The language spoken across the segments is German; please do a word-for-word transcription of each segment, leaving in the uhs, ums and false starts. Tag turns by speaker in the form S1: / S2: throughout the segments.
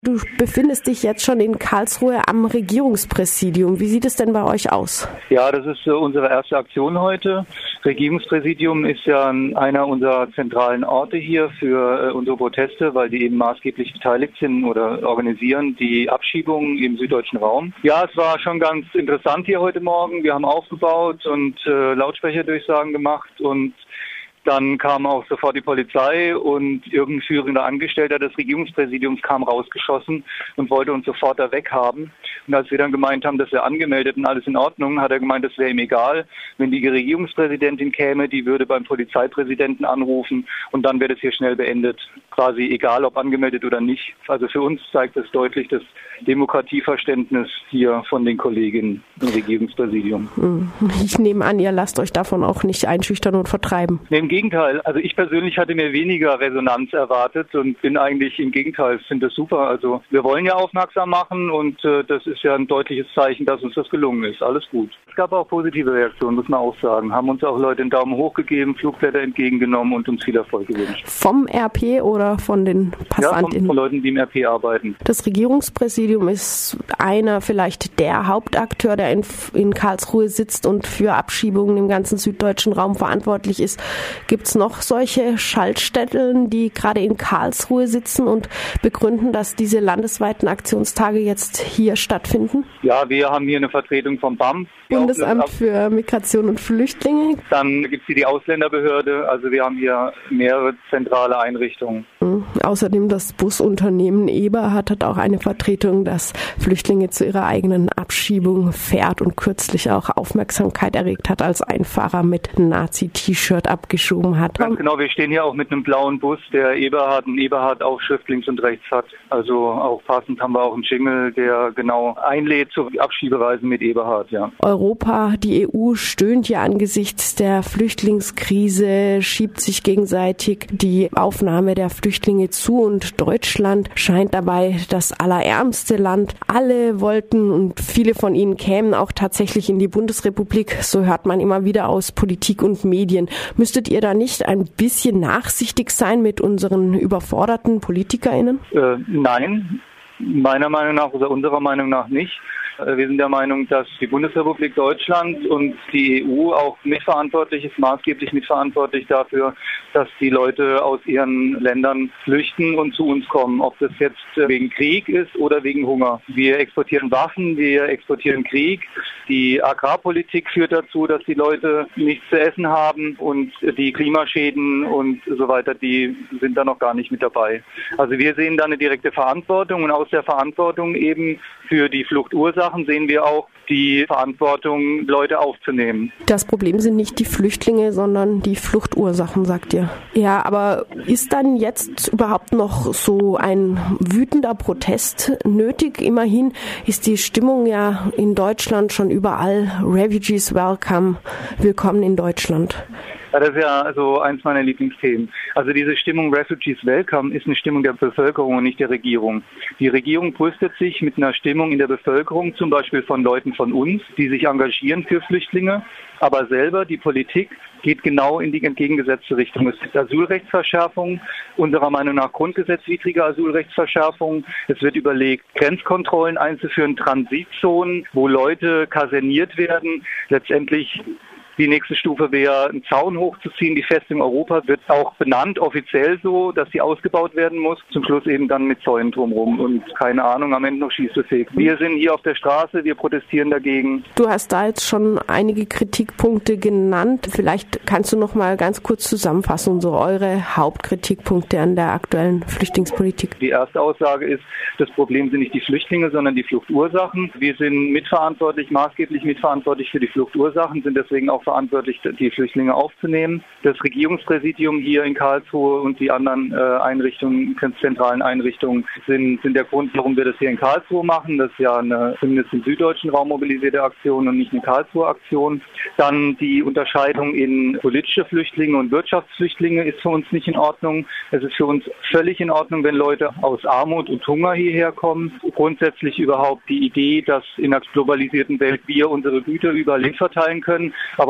S1: Du befindest dich jetzt schon in Karlsruhe am Regierungspräsidium. Wie sieht es denn bei euch aus?
S2: Ja, das ist äh, unsere erste Aktion heute. Regierungspräsidium ist ja einer unserer zentralen Orte hier für äh, unsere Proteste, weil die eben maßgeblich beteiligt sind oder organisieren die Abschiebungen im süddeutschen Raum. Ja, es war schon ganz interessant hier heute Morgen. Wir haben aufgebaut und äh, Lautsprecherdurchsagen gemacht und dann kam auch sofort die Polizei und irgendein führender Angestellter des Regierungspräsidiums kam rausgeschossen und wollte uns sofort da weghaben. Und als wir dann gemeint haben, dass wir angemeldet und alles in Ordnung, hat er gemeint, das wäre ihm egal. Wenn die Regierungspräsidentin käme, die würde beim Polizeipräsidenten anrufen und dann wäre das hier schnell beendet. Quasi egal, ob angemeldet oder nicht. Also für uns zeigt es deutlich das Demokratieverständnis hier von den Kolleginnen im Regierungspräsidium.
S1: Ich nehme an, ihr lasst euch davon auch nicht einschüchtern und vertreiben.
S2: Nee, im Gegenteil. Also ich persönlich hatte mir weniger Resonanz erwartet und bin eigentlich im Gegenteil, finde das super. Also wir wollen ja aufmerksam machen und äh, das ist ja ein deutliches Zeichen, dass uns das gelungen ist. Alles gut. Es gab auch positive Reaktionen, muss man auch sagen. Haben uns auch Leute einen Daumen hoch gegeben, Flugblätter entgegengenommen und uns viel Erfolg gewünscht.
S1: Vom R P oder von den PassantInnen?
S2: Ja, von, von Leuten, die im R P arbeiten.
S1: Das Regierungspräsidium ist einer vielleicht der Hauptakteur, der in, in Karlsruhe sitzt und für Abschiebungen im ganzen süddeutschen Raum verantwortlich ist. Gibt es noch solche Schaltstellen, die gerade in Karlsruhe sitzen und begründen, dass diese landesweiten Aktionstage jetzt hier stattfinden?
S2: Ja, wir haben hier eine Vertretung vom B A M.
S1: Bundesamt für Migration und Flüchtlinge.
S2: Dann gibt es hier die Ausländerbehörde. Also wir haben hier mehrere zentrale Einrichtungen.
S1: Mhm. Außerdem das Busunternehmen Eberhard hat auch eine Vertretung, das Flüchtlinge zu ihrer eigenen Abschiebung fährt und kürzlich auch Aufmerksamkeit erregt hat, als ein Fahrer mit Nazi-T-Shirt abgeschoben hat.
S2: Ganz genau, wir stehen hier auch mit einem blauen Bus, der Eberhard und Eberhard-Aufschrift links und rechts hat. Also auch passend haben wir auch einen Jingle, der genau einlädt zur Abschiebereise mit Eberhard, ja.
S1: Europa, die E U stöhnt ja angesichts der Flüchtlingskrise, schiebt sich gegenseitig die Aufnahme der Flüchtlinge zu und Deutschland scheint dabei das allerärmste Land. Alle wollten und viele von ihnen kämen auch tatsächlich in die Bundesrepublik, so hört man immer wieder aus Politik und Medien. Müsstet ihr da nicht ein bisschen nachsichtig sein mit unseren überforderten PolitikerInnen?
S2: Äh, nein, meiner Meinung nach oder unserer Meinung nach nicht. Wir sind der Meinung, dass die Bundesrepublik Deutschland und die E U auch mitverantwortlich ist, maßgeblich mitverantwortlich dafür, dass die Leute aus ihren Ländern flüchten und zu uns kommen. Ob das jetzt wegen Krieg ist oder wegen Hunger. Wir exportieren Waffen, wir exportieren Krieg. Die Agrarpolitik führt dazu, dass die Leute nichts zu essen haben und die Klimaschäden und so weiter, die sind da noch gar nicht mit dabei. Also wir sehen da eine direkte Verantwortung und aus der Verantwortung eben für die Fluchtursachen sehen wir auch die Verantwortung, Leute aufzunehmen.
S1: Das Problem sind nicht die Flüchtlinge, sondern die Fluchtursachen, sagt ihr. Ja, aber ist dann jetzt überhaupt noch so ein wütender Protest nötig? Immerhin ist die Stimmung ja in Deutschland schon überall. Refugees welcome, willkommen in Deutschland.
S2: Ja, das ist ja so eins meiner Lieblingsthemen. Also diese Stimmung Refugees Welcome ist eine Stimmung der Bevölkerung und nicht der Regierung. Die Regierung brüstet sich mit einer Stimmung in der Bevölkerung, zum Beispiel von Leuten von uns, die sich engagieren für Flüchtlinge, aber selber die Politik geht genau in die entgegengesetzte Richtung. Es gibt Asylrechtsverschärfungen, unserer Meinung nach grundgesetzwidrige Asylrechtsverschärfungen. Es wird überlegt, Grenzkontrollen einzuführen, Transitzonen, wo Leute kaserniert werden. Letztendlich die nächste Stufe wäre, einen Zaun hochzuziehen. Die Festung Europa wird auch benannt, offiziell so, dass sie ausgebaut werden muss. Zum Schluss eben dann mit Zäunen drumherum und keine Ahnung, am Ende noch schießbefähigt. Wir sind hier auf der Straße, wir protestieren dagegen.
S1: Du hast da jetzt schon einige Kritikpunkte genannt. Vielleicht kannst du noch mal ganz kurz zusammenfassen, so eure Hauptkritikpunkte an der aktuellen Flüchtlingspolitik.
S2: Die erste Aussage ist, das Problem sind nicht die Flüchtlinge, sondern die Fluchtursachen. Wir sind mitverantwortlich, maßgeblich mitverantwortlich für die Fluchtursachen, sind deswegen auch verantwortlich, die Flüchtlinge aufzunehmen. Das Regierungspräsidium hier in Karlsruhe und die anderen äh, Einrichtungen, zentralen Einrichtungen sind, sind der Grund, warum wir das hier in Karlsruhe machen. Das ist ja eine zumindest im süddeutschen Raum mobilisierte Aktion und nicht eine Karlsruher Aktion. Dann die Unterscheidung in politische Flüchtlinge und Wirtschaftsflüchtlinge ist für uns nicht in Ordnung. Es ist für uns völlig in Ordnung, wenn Leute aus Armut und Hunger hierher kommen. Grundsätzlich überhaupt die Idee, dass in einer globalisierten Welt wir unsere Güter überall hin verteilen können. Aber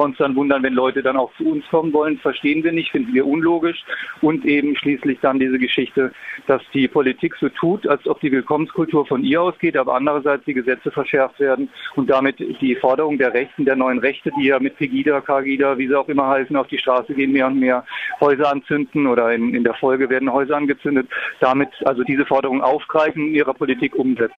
S2: aber uns dann wundern, wenn Leute dann auch zu uns kommen wollen, verstehen wir nicht, finden wir unlogisch. Und eben schließlich dann diese Geschichte, dass die Politik so tut, als ob die Willkommenskultur von ihr ausgeht, aber andererseits die Gesetze verschärft werden und damit die Forderung der Rechten, der neuen Rechte, die ja mit Pegida, Cargida, wie sie auch immer heißen, auf die Straße gehen, mehr und mehr Häuser anzünden oder in, in der Folge werden Häuser angezündet, damit also diese Forderung aufgreifen, in ihrer Politik umsetzen.